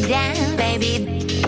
down, baby.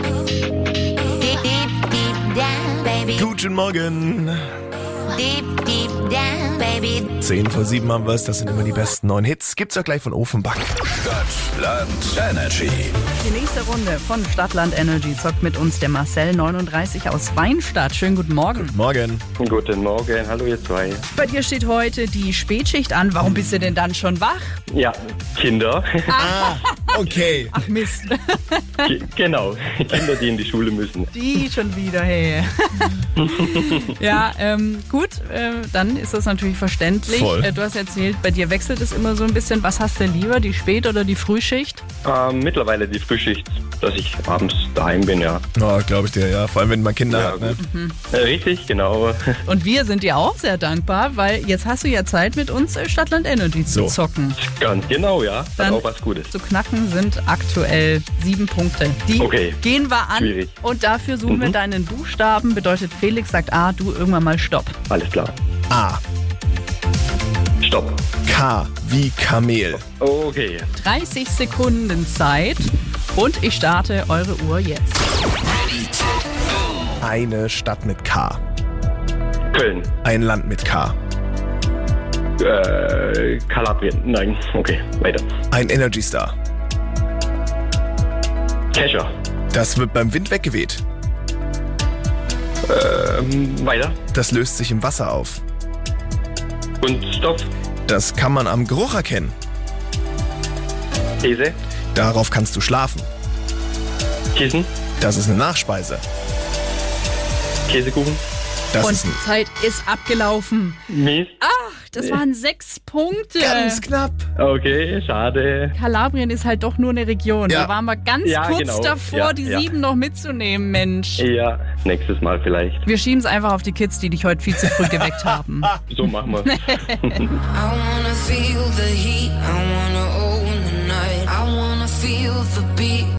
Deep down, baby. Guten Morgen. Deep down, baby. 10 vor 7 haben wir es. Das sind immer die besten 9 Hits. Gibt's auch gleich von Ofenbach. Stadtland Energy. Die nächste Runde von Stadtland Energy zockt mit uns der Marcel, 39 aus Weinstadt. Schönen guten Morgen. Morgen. Guten Morgen, hallo ihr zwei. Bei dir steht heute die Spätschicht an. Warum bist du denn dann schon wach? Ja, Kinder. Okay. Ach Mist, Genau, Kinder, die in die Schule müssen. die schon wieder, hey. Ja, gut, dann ist das natürlich verständlich. Voll. Du hast erzählt, bei dir wechselt es immer so ein bisschen. Was hast du lieber, die Spät- oder die Frühschicht? Mittlerweile die Frühschicht, dass ich abends daheim bin, ja. Oh, glaube ich dir, ja. Vor allem, wenn man Kinder Ja, hat, ne? Richtig, genau. Und wir sind dir auch sehr dankbar, weil jetzt hast du ja Zeit, mit uns Stadtland Energy zu So. zocken. Ganz genau, ja. Hat Dann auch was Gutes. zu knacken sind aktuell 7 Punkte. Die Okay. gehen wir an Schwierig. und dafür suchen wir deinen Buchstaben. Bedeutet, Felix sagt A, du irgendwann mal Stopp. Alles klar. A. Stopp. K wie Kamel. Okay. 30 Sekunden Zeit und ich starte eure Uhr jetzt. Eine Stadt mit K. Köln. Ein Land mit K. Kalabrien. Nein, okay, weiter. Ein Energy Star. Kescher. Das wird beim Wind weggeweht. Weiter. Das löst sich im Wasser auf. Und Stopp. Das kann man am Geruch erkennen. Käse. Darauf kannst du schlafen. Kissen. Das ist eine Nachspeise. Käsekuchen. Das Und ist ein Zeit ist abgelaufen. Mist. Das waren 6 Punkte. ganz knapp. Okay, schade. Kalabrien ist halt doch nur eine Region. Ja. Da waren wir ganz Ja, kurz genau. davor, Ja, die ja. 7 noch mitzunehmen, Mensch. Ja, nächstes Mal vielleicht. Wir schieben es einfach auf die Kids, die dich heute viel zu früh geweckt haben. So machen wir. I wanna feel the heat. I wanna own the night. I wanna feel the beat.